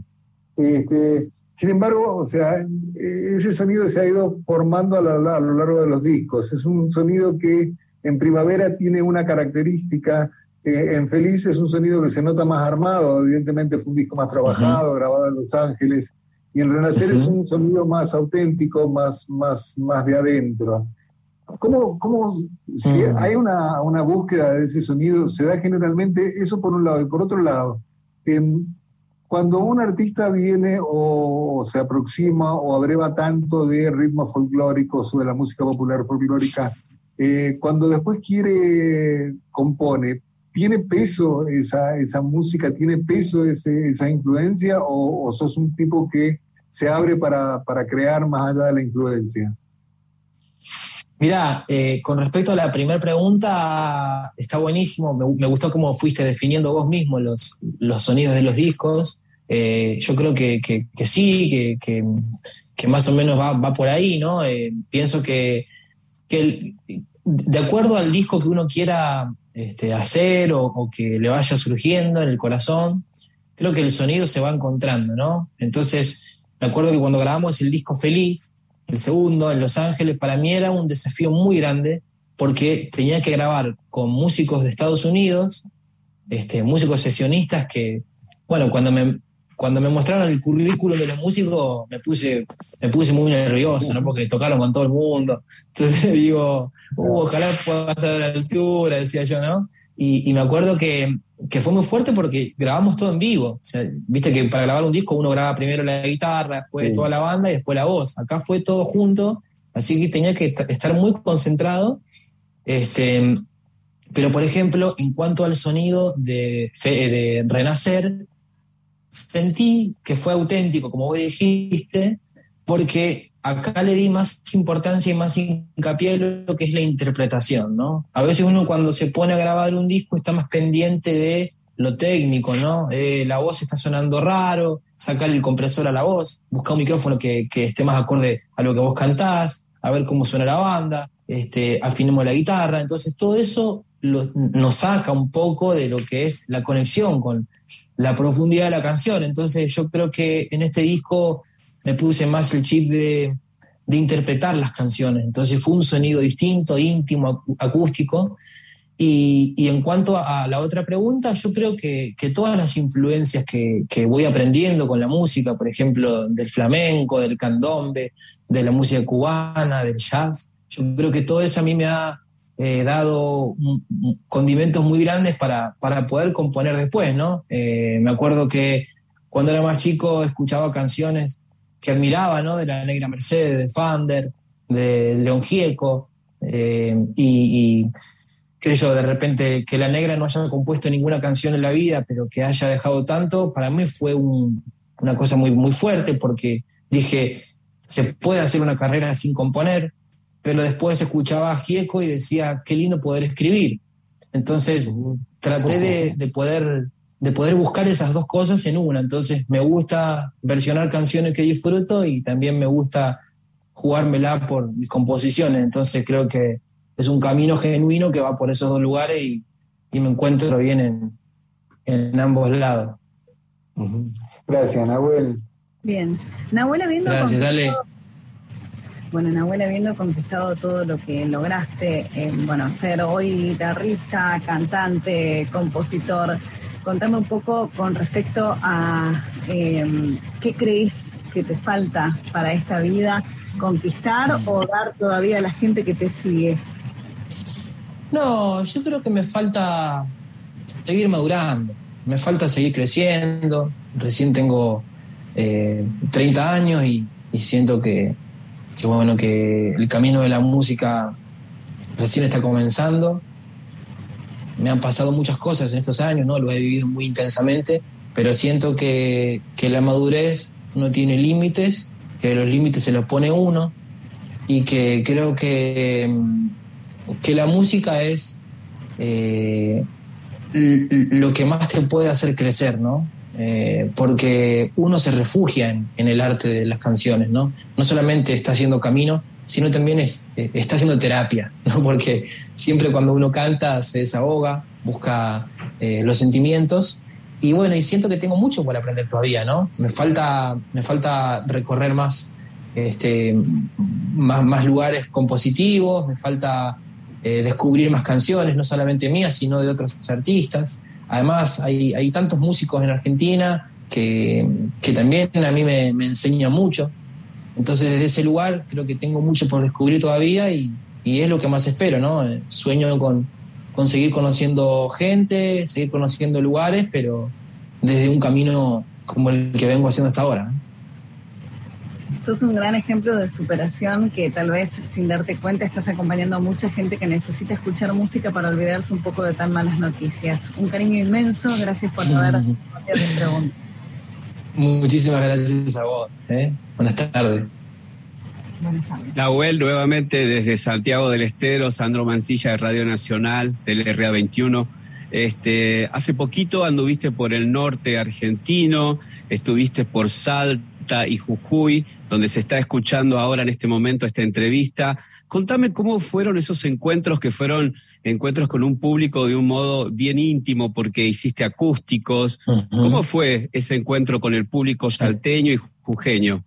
Sin embargo, o sea, ese sonido se ha ido formando a lo largo de los discos. Es un sonido que en Primavera tiene una característica, en Feliz es un sonido que se nota más armado, evidentemente fue un disco más trabajado, grabado en Los Ángeles, y en Renacer es un sonido más auténtico, más de adentro. ¿Cómo si hay una búsqueda de ese sonido, se da generalmente eso por un lado, y por otro lado, cuando un artista viene o se aproxima o abreva tanto de ritmos folclóricos o de la música popular folclórica, cuando después compone, ¿tiene peso esa música, tiene peso esa influencia o sos un tipo que se abre para crear más allá de la influencia? Mirá, con respecto a la primera pregunta, está buenísimo, me gustó cómo fuiste definiendo vos mismo los sonidos de los discos. Yo creo que sí, que más o menos va por ahí, ¿no? Pienso que de acuerdo al disco que uno quiera hacer o que le vaya surgiendo en el corazón, creo que el sonido se va encontrando, ¿no? Entonces, me acuerdo que cuando grabamos el disco Feliz, el segundo, en Los Ángeles, para mí era un desafío muy grande porque tenía que grabar con músicos de Estados Unidos, músicos sesionistas que, bueno, cuando me mostraron el currículum de los músicos me puse muy nervioso, ¿no? Porque tocaron con todo el mundo. Entonces digo, ojalá pueda estar a la altura, decía yo, ¿no? Y me acuerdo que fue muy fuerte porque grabamos todo en vivo. O sea, viste que para grabar un disco uno graba primero la guitarra, después toda la banda y después la voz. Acá fue todo junto, así que tenía que estar muy concentrado. Pero, por ejemplo, en cuanto al sonido de Renacer, sentí que fue auténtico, como vos dijiste, porque acá le di más importancia y más hincapié en lo que es la interpretación, ¿no? A veces uno cuando se pone a grabar un disco está más pendiente de lo técnico, ¿no? La voz está sonando raro, sacar el compresor a la voz, buscar un micrófono que esté más acorde a lo que vos cantás, a ver cómo suena la banda, afinemos la guitarra. Entonces todo eso nos saca un poco de lo que es la conexión con la profundidad de la canción. Entonces yo creo que en este disco me puse más el chip de interpretar las canciones. Entonces fue un sonido distinto, íntimo, acústico. Y en cuanto a la otra pregunta, yo creo que todas las influencias que voy aprendiendo con la música, por ejemplo, del flamenco, del candombe, de la música cubana, del jazz, yo creo que todo eso a mí me ha dado condimentos muy grandes para poder componer después, ¿no? Me acuerdo que cuando era más chico escuchaba canciones que admiraba, ¿no? De la Negra Mercedes, de Fander, de León Gieco, y qué sé yo, de repente que la Negra no haya compuesto ninguna canción en la vida, pero que haya dejado tanto, para mí fue una cosa muy, muy fuerte, porque dije, se puede hacer una carrera sin componer, pero después escuchaba a Gieco y decía, qué lindo poder escribir. Entonces traté de poder buscar esas dos cosas en una. Entonces me gusta versionar canciones que disfruto y también me gusta jugármela por mis composiciones. Entonces creo que es un camino genuino que va por esos dos lugares y me encuentro bien en ambos lados. Gracias, Nahuel. Bien. Nahuel, habiendo conquistado todo lo que lograste, ser hoy guitarrista, cantante, compositor, contame un poco con respecto a qué crees que te falta para esta vida, conquistar o dar todavía a la gente que te sigue. No, yo creo que me falta seguir madurando, me falta seguir creciendo. Recién tengo 30 años y siento que el camino de la música recién está comenzando. Me han pasado muchas cosas en estos años, ¿no? Lo he vivido muy intensamente, pero siento que la madurez no tiene límites, que los límites se los pone uno y que creo que la música es lo que más te puede hacer crecer, ¿no? Porque uno se refugia en el arte de las canciones, ¿no? No solamente está haciendo camino, sino también está haciendo terapia, ¿no? Porque siempre cuando uno canta se desahoga, busca los sentimientos, y bueno, y siento que tengo mucho por aprender todavía, ¿no? Me falta recorrer más lugares compositivos, me falta descubrir más canciones, no solamente mías, sino de otros artistas. Además, hay tantos músicos en Argentina que también a mí me enseñan mucho. Entonces, desde ese lugar creo que tengo mucho por descubrir todavía y es lo que más espero, ¿no? Sueño con seguir conociendo gente, seguir conociendo lugares, pero desde un camino como el que vengo haciendo hasta ahora, ¿no? Sos un gran ejemplo de superación que tal vez sin darte cuenta estás acompañando a mucha gente que necesita escuchar música para olvidarse un poco de tan malas noticias. Un cariño inmenso, gracias por haber respondido a mi pregunta. Muchísimas gracias a vos. Buenas tardes. Buenas tardes. Nahuel, nuevamente desde Santiago del Estero, Sandro Mancilla de Radio Nacional, del LRA21. Hace poquito anduviste por el norte argentino, estuviste por Salta y Jujuy, donde se está escuchando ahora en este momento esta entrevista. Contame cómo fueron esos encuentros, que fueron encuentros con un público de un modo bien íntimo, porque hiciste acústicos. Uh-huh. ¿Cómo fue ese encuentro con el público salteño y jujeño?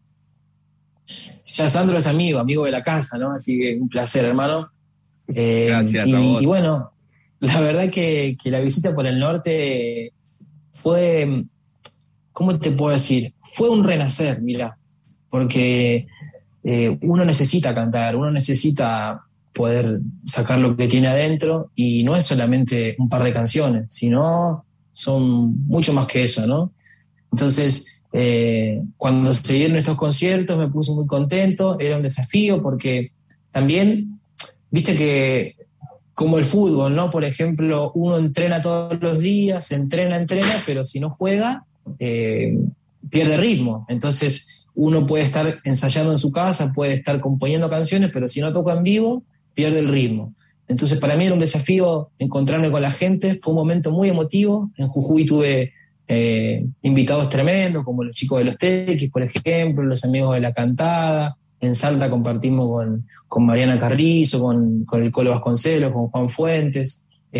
Ya Sandro es amigo de la casa, ¿no? Así que un placer, hermano. Gracias a vos. Y bueno, la verdad que la visita por el norte fue, ¿cómo te puedo decir? Fue un renacer, mirá, porque uno necesita cantar, uno necesita poder sacar lo que tiene adentro, y no es solamente un par de canciones, sino son mucho más que eso, ¿no? Entonces, cuando se dieron estos conciertos me puse muy contento, era un desafío porque también, viste que como el fútbol, ¿no? Por ejemplo, uno entrena todos los días, entrena, pero si no juega, pierde ritmo. Entonces, uno puede estar ensayando en su casa, puede estar componiendo canciones, pero si no toca en vivo, pierde el ritmo. Entonces, para mí era un desafío encontrarme con la gente, fue un momento muy emotivo. En Jujuy tuve invitados tremendos, como los chicos de los Tequis, por ejemplo, los amigos de La Cantada. En Salta compartimos con Mariana Carrizo, con el Colo Vasconcelos, con Juan Fuentes,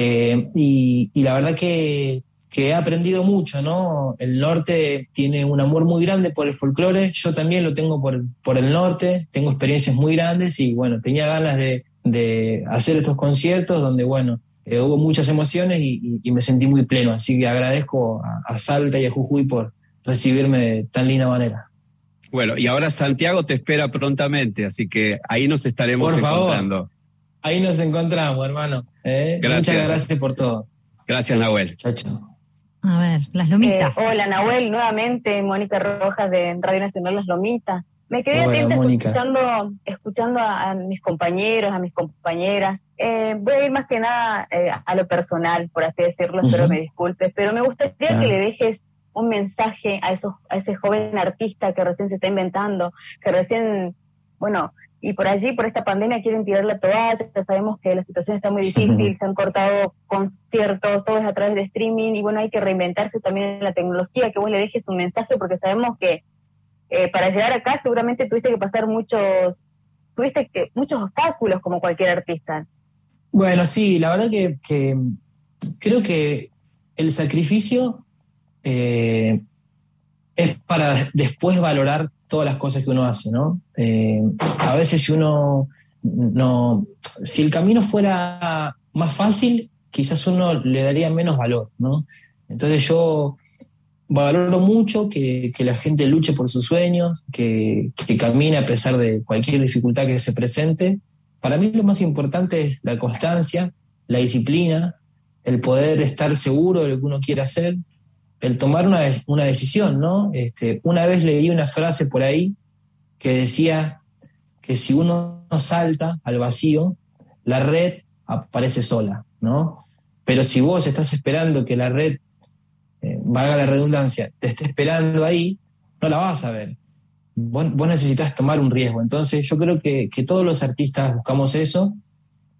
y la verdad que he aprendido mucho, ¿no? El norte tiene un amor muy grande por el folclore, yo también lo tengo por el norte, tengo experiencias muy grandes y bueno, tenía ganas de hacer estos conciertos donde, bueno, hubo muchas emociones y me sentí muy pleno, así que agradezco a Salta y a Jujuy por recibirme de tan linda manera. Bueno, y ahora Santiago te espera prontamente, así que ahí nos estaremos encontrando. Por favor, ahí nos encontramos, hermano. Muchas gracias por todo. Gracias, Nahuel. Chao, chao. A ver, Las Lomitas. Hola, Nahuel, nuevamente, Mónica Rojas de Radio Nacional Las Lomitas. Me quedé atenta escuchando a mis compañeros, a mis compañeras. Voy a ir más que nada a lo personal, por así decirlo, espero me disculpes, pero me gustaría que le dejes un mensaje a ese joven artista que recién se está inventando, que recién, bueno, y por allí, por esta pandemia, quieren tirar la toalla. Ya sabemos que la situación está muy difícil, se han cortado conciertos, todo es a través de streaming, y bueno, hay que reinventarse también en la tecnología, que vos le dejes un mensaje, porque sabemos que para llegar acá seguramente tuviste que pasar muchos obstáculos como cualquier artista. Bueno, sí, la verdad que creo que el sacrificio es para después valorar todas las cosas que uno hace, ¿no? A veces si el camino fuera más fácil, quizás uno le daría menos valor, ¿no? Entonces yo valoro mucho que la gente luche por sus sueños, que camine a pesar de cualquier dificultad que se presente. Para mí lo más importante es la constancia, la disciplina, el poder estar seguro de lo que uno quiere hacer, el tomar una decisión, ¿no? Una vez leí una frase por ahí que decía que si uno salta al vacío, la red aparece sola, ¿no? Pero si vos estás esperando que la red, valga la redundancia, te esté esperando ahí, no la vas a ver. Vos necesitas tomar un riesgo. Entonces yo creo que todos los artistas buscamos eso,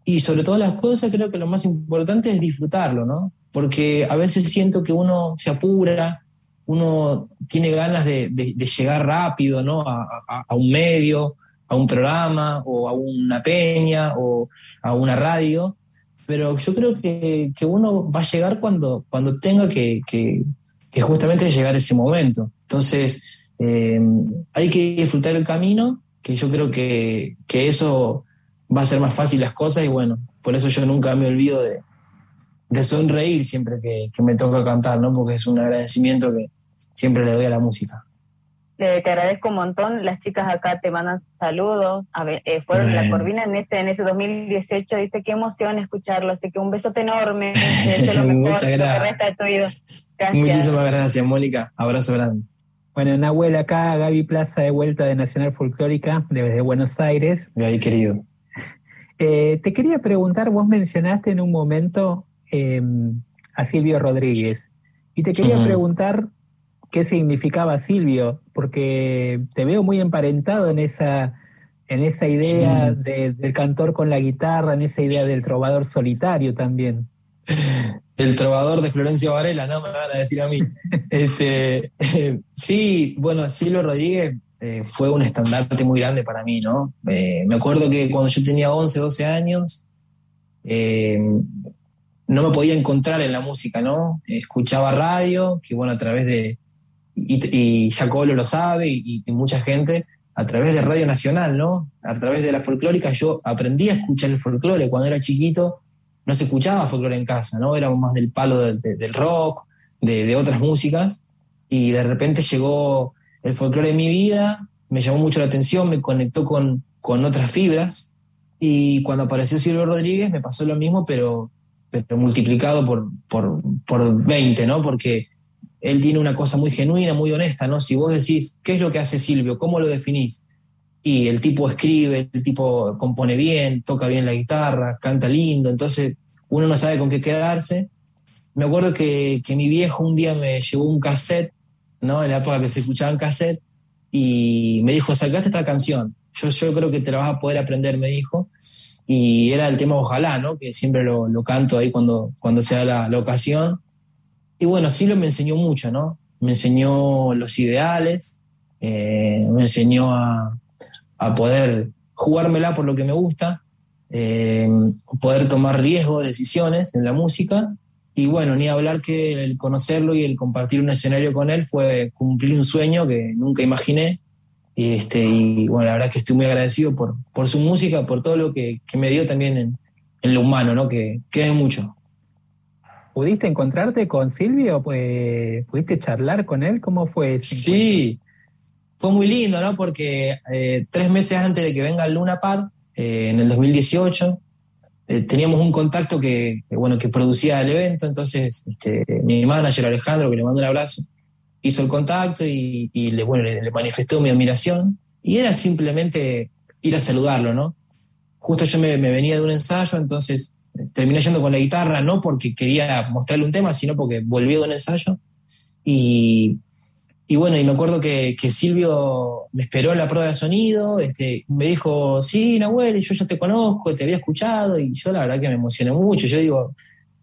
Y sobre todas las cosas creo que lo más importante es disfrutarlo, ¿no? Porque a veces siento que uno se apura, uno tiene ganas de llegar rápido, ¿no? A un medio, a un programa, o a una peña, o a una radio, pero yo creo que uno va a llegar cuando tenga que justamente llegar a ese momento. Entonces, hay que disfrutar el camino, que yo creo que eso va a hacer más fácil las cosas, y bueno, por eso yo nunca me olvido de sonreír siempre que me toca cantar, ¿no? Porque es un agradecimiento que siempre le doy a la música. Te agradezco un montón. Las chicas acá te mandan saludos. Fueron la Corvina en ese 2018. Dice, qué emoción escucharlo. Así que un besote enorme. Muchas gracias. Muchísimas gracias, Mónica. Abrazo grande. Bueno, Nahuel, acá Gaby Plaza de vuelta de Nacional Folclórica, desde Buenos Aires. Gaby, querido. Te quería preguntar, vos mencionaste en un momento a Silvio Rodríguez. Y te quería preguntar qué significaba Silvio, porque te veo muy emparentado en esa idea del cantor con la guitarra, en esa idea del trovador solitario también. El trovador de Florencio Varela, ¿no? Me van a decir a mí. Sí, bueno, Silvio Rodríguez fue un estandarte muy grande para mí, ¿no? Me acuerdo que cuando yo tenía 11, 12 años, no me podía encontrar en la música, ¿no? Escuchaba radio, que bueno, a través de... Y Jacolo lo sabe, y mucha gente, a través de Radio Nacional, ¿no? A través de la folclórica yo aprendí a escuchar el folclore. Cuando era chiquito no se escuchaba folclore en casa, ¿no? Éramos más del palo del rock, de otras músicas, y de repente llegó el folclore en mi vida, me llamó mucho la atención, me conectó con otras fibras, y cuando apareció Silvio Rodríguez me pasó lo mismo, pero multiplicado por 20, ¿no? Porque él tiene una cosa muy genuina, muy honesta, ¿no? Si vos decís, ¿qué es lo que hace Silvio? ¿Cómo lo definís? Y el tipo escribe, el tipo compone bien, toca bien la guitarra, canta lindo, entonces uno no sabe con qué quedarse. Me acuerdo que mi viejo un día me llevó un cassette, ¿no? En la época que se escuchaban cassette, y me dijo, sacaste esta canción, yo creo que te la vas a poder aprender, me dijo, y era el tema Ojalá, ¿no? Que siempre lo canto ahí cuando se da la ocasión. Y bueno, Silvio me enseñó mucho, ¿no? Me enseñó los ideales, me enseñó a poder jugármela por lo que me gusta, poder tomar riesgos, decisiones en la música. Y bueno, ni hablar que el conocerlo y el compartir un escenario con él fue cumplir un sueño que nunca imaginé. Y bueno, la verdad que estoy muy agradecido por su música, por todo lo que me dio también en lo humano, ¿no? Que es mucho. ¿Pudiste encontrarte con Silvio? ¿Pudiste charlar con él? ¿Cómo fue ese encuentro? Sí, fue muy lindo, ¿no? Porque 3 meses antes de que venga el Luna Park, en el 2018, teníamos un contacto que producía el evento. Entonces mi manager Alejandro, que le mando un abrazo, hizo el contacto y le manifestó mi admiración, y era simplemente ir a saludarlo, ¿no? Justo yo me venía de un ensayo, entonces terminé yendo con la guitarra, no porque quería mostrarle un tema, sino porque volví de un ensayo. Y bueno, y me acuerdo que Silvio me esperó en la prueba de sonido, me dijo, sí, Nahuel, yo ya te conozco, te había escuchado, y yo la verdad que me emocioné mucho. Yo digo,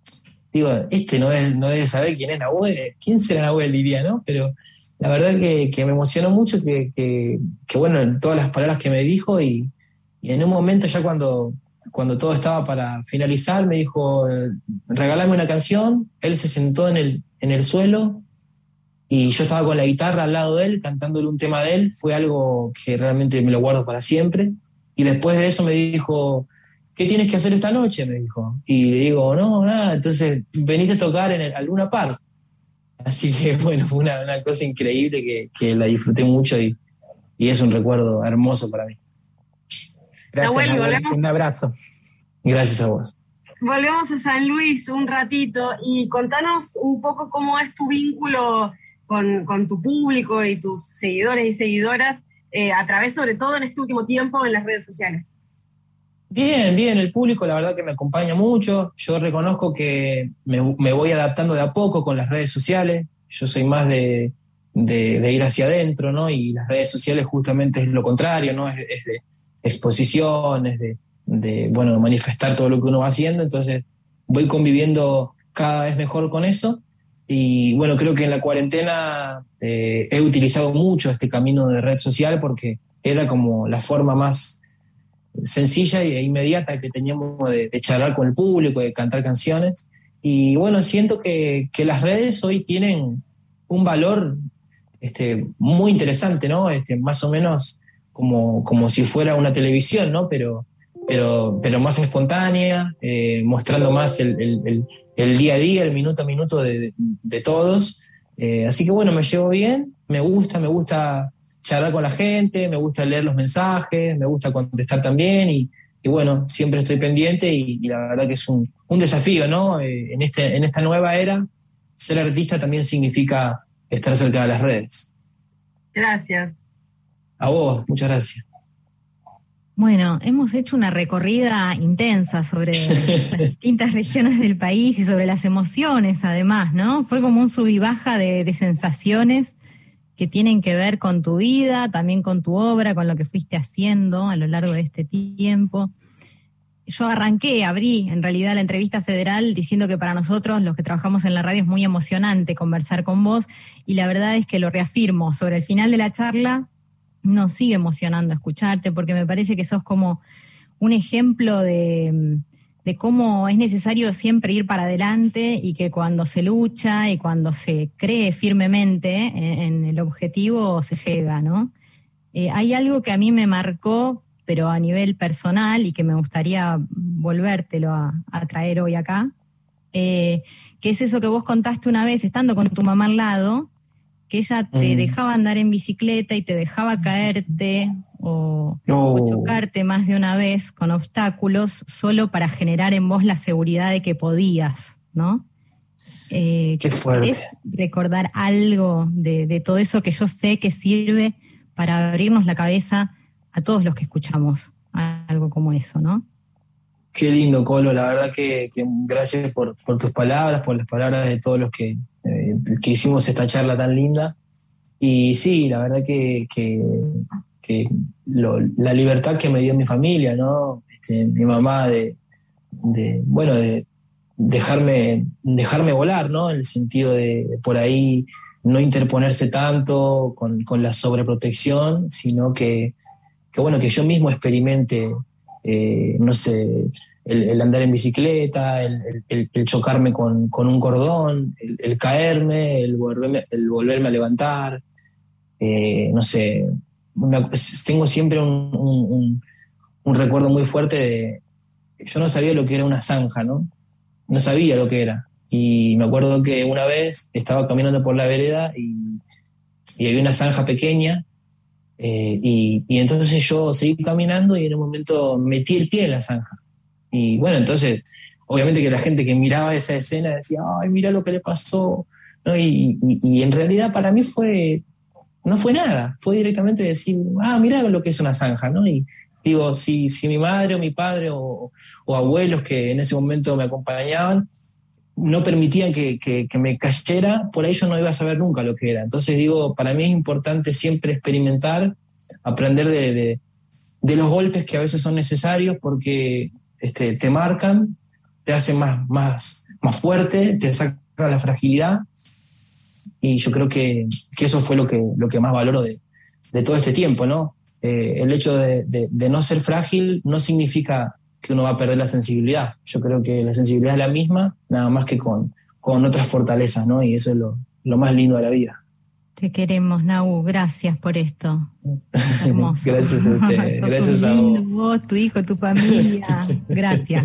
no debe saber quién es Nahuel, quién será Nahuel, diría, ¿no? Pero la verdad que me emocionó mucho que bueno, todas las palabras que me dijo, y en un momento ya cuando todo estaba para finalizar, me dijo, regálame una canción. Él se sentó en el suelo, y yo estaba con la guitarra al lado de él, cantándole un tema de él. Fue algo que realmente me lo guardo para siempre. Y después de eso me dijo, ¿qué tienes que hacer esta noche? Me dijo. Y le digo, no, nada, entonces veniste a tocar al Luna Park. Así que bueno, fue una cosa increíble que la disfruté mucho, y es un recuerdo hermoso para mí. Gracias, Nahuel, un abrazo. Gracias a vos. Volvemos a San Luis un ratito, y contanos un poco cómo es tu vínculo con tu público y tus seguidores y seguidoras, a través, sobre todo en este último tiempo, en las redes sociales. Bien, el público la verdad que me acompaña mucho. Yo reconozco que me voy adaptando de a poco con las redes sociales. Yo soy más de ir hacia adentro, ¿no? Y las redes sociales justamente es lo contrario, ¿no? Es de exposición, es bueno, manifestar todo lo que uno va haciendo. Entonces voy conviviendo cada vez mejor con eso. Y bueno, creo que en la cuarentena he utilizado mucho este camino de red social porque era como la forma más sencilla e inmediata que teníamos de charlar con el público, de cantar canciones. Y bueno, siento que las redes hoy tienen un valor muy interesante, ¿no? Más o menos como si fuera una televisión, ¿no? Pero más espontánea, mostrando más el día a día, el minuto a minuto de todos. Así que bueno, me llevo bien, me gusta charlar con la gente, me gusta leer los mensajes, me gusta contestar también y bueno, siempre estoy pendiente y la verdad que es un desafío, ¿no? En esta nueva era, ser artista también significa estar cerca de las redes. Gracias. A vos, muchas gracias. Bueno, hemos hecho una recorrida intensa sobre las distintas regiones del país y sobre las emociones, además, ¿no? Fue como un sub y baja de sensaciones que tienen que ver con tu vida, también con tu obra, con lo que fuiste haciendo a lo largo de este tiempo. Yo abrí en realidad la entrevista federal diciendo que para nosotros, los que trabajamos en la radio, es muy emocionante conversar con vos, y la verdad es que lo reafirmo. Sobre el final de la charla nos sigue emocionando escucharte, porque me parece que sos como un ejemplo de cómo es necesario siempre ir para adelante y que cuando se lucha y cuando se cree firmemente en el objetivo se llega, ¿no? Hay algo que a mí me marcó, pero a nivel personal, y que me gustaría volvértelo a traer hoy acá, que es eso que vos contaste una vez estando con tu mamá al lado, que ella te dejaba andar en bicicleta y te dejaba caerte o chocarte más de una vez con obstáculos solo para generar en vos la seguridad de que podías, ¿no? Qué fuerte. ¿Querés recordar algo de todo eso que yo sé que sirve para abrirnos la cabeza a todos los que escuchamos algo como eso, ¿no? Qué lindo, Colo, la verdad que gracias por tus palabras, por las palabras de todos los que hicimos esta charla tan linda. Y sí, la verdad que la libertad que me dio mi familia, ¿no? Mi mamá de dejarme volar, ¿no? En el sentido de por ahí no interponerse tanto con la sobreprotección, sino que yo mismo experimente, no sé, el andar en bicicleta, el chocarme con un cordón, el caerme, el volverme a levantar, no sé, tengo siempre un recuerdo muy fuerte de, yo no sabía lo que era una zanja, ¿no? No sabía lo que era. Y me acuerdo que una vez estaba caminando por la vereda y había una zanja pequeña, y entonces yo seguí caminando y en un momento metí el pie en la zanja. Y bueno, entonces, obviamente que la gente que miraba esa escena decía, ay, mira lo que le pasó, ¿no? Y en realidad para mí no fue nada, fue directamente decir, mira lo que es una zanja, ¿no? Y digo, si mi madre o mi padre o abuelos que en ese momento me acompañaban no permitían que me cayera, por ahí yo no iba a saber nunca lo que era. Entonces digo, para mí es importante siempre experimentar, aprender de los golpes que a veces son necesarios porque te marcan, te hacen más fuerte, te sacan la fragilidad, y yo creo que eso fue lo que más valoro de todo este tiempo, ¿no? El hecho de no ser frágil no significa que uno va a perder la sensibilidad. Yo creo que la sensibilidad es la misma, nada más que con otras fortalezas, ¿no? Y eso es lo más lindo de la vida. Te queremos, Nahú, gracias por esto. Hermoso. Gracias a usted, gracias a vos. Vos, tu hijo, tu familia. Gracias.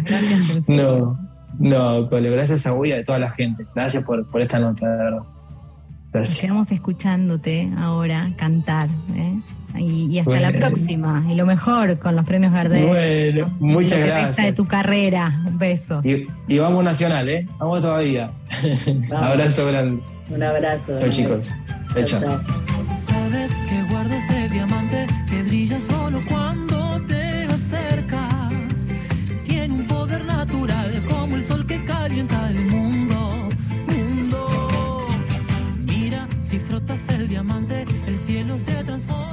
No, Cole, gracias a vos y a toda la gente. Gracias por esta nota, de verdad. Gracias. Quedamos escuchándote ahora cantar, ¿eh? Y hasta la próxima. Y lo mejor con los premios Gardel. Bueno, muchas gracias. De tu carrera. Un beso. Y vamos Nacional, ¿eh? Vamos todavía. Abrazo grande. Un abrazo. Chao, chicos. Chao. Sabes que guardo este diamante que brilla solo cuando te acercas. Tiene un poder natural como el sol que calienta el mundo. Mira, si frotas el diamante, el cielo se transforma.